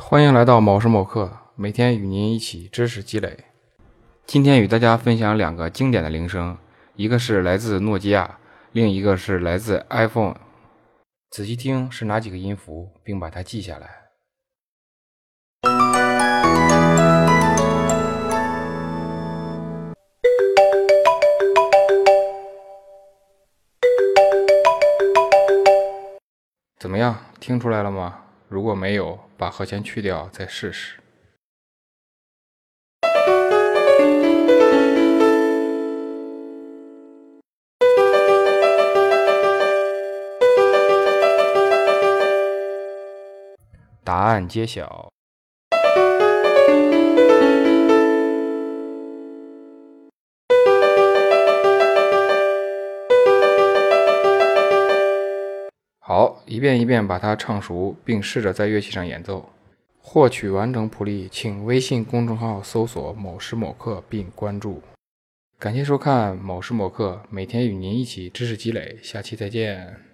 欢迎来到某时某刻，每天与您一起知识积累。今天与大家分享两个经典的铃声，一个是来自诺基亚，另一个是来自 iPhone。仔细听是哪几个音符，并把它记下来。怎么样，听出来了吗？如果没有，把和弦去掉再试试。答案揭晓。好，一遍一遍把它唱熟，并试着在乐器上演奏。获取完整谱例，请微信公众号搜索某时某刻并关注。感谢收看某时某刻，每天与您一起知识积累，下期再见。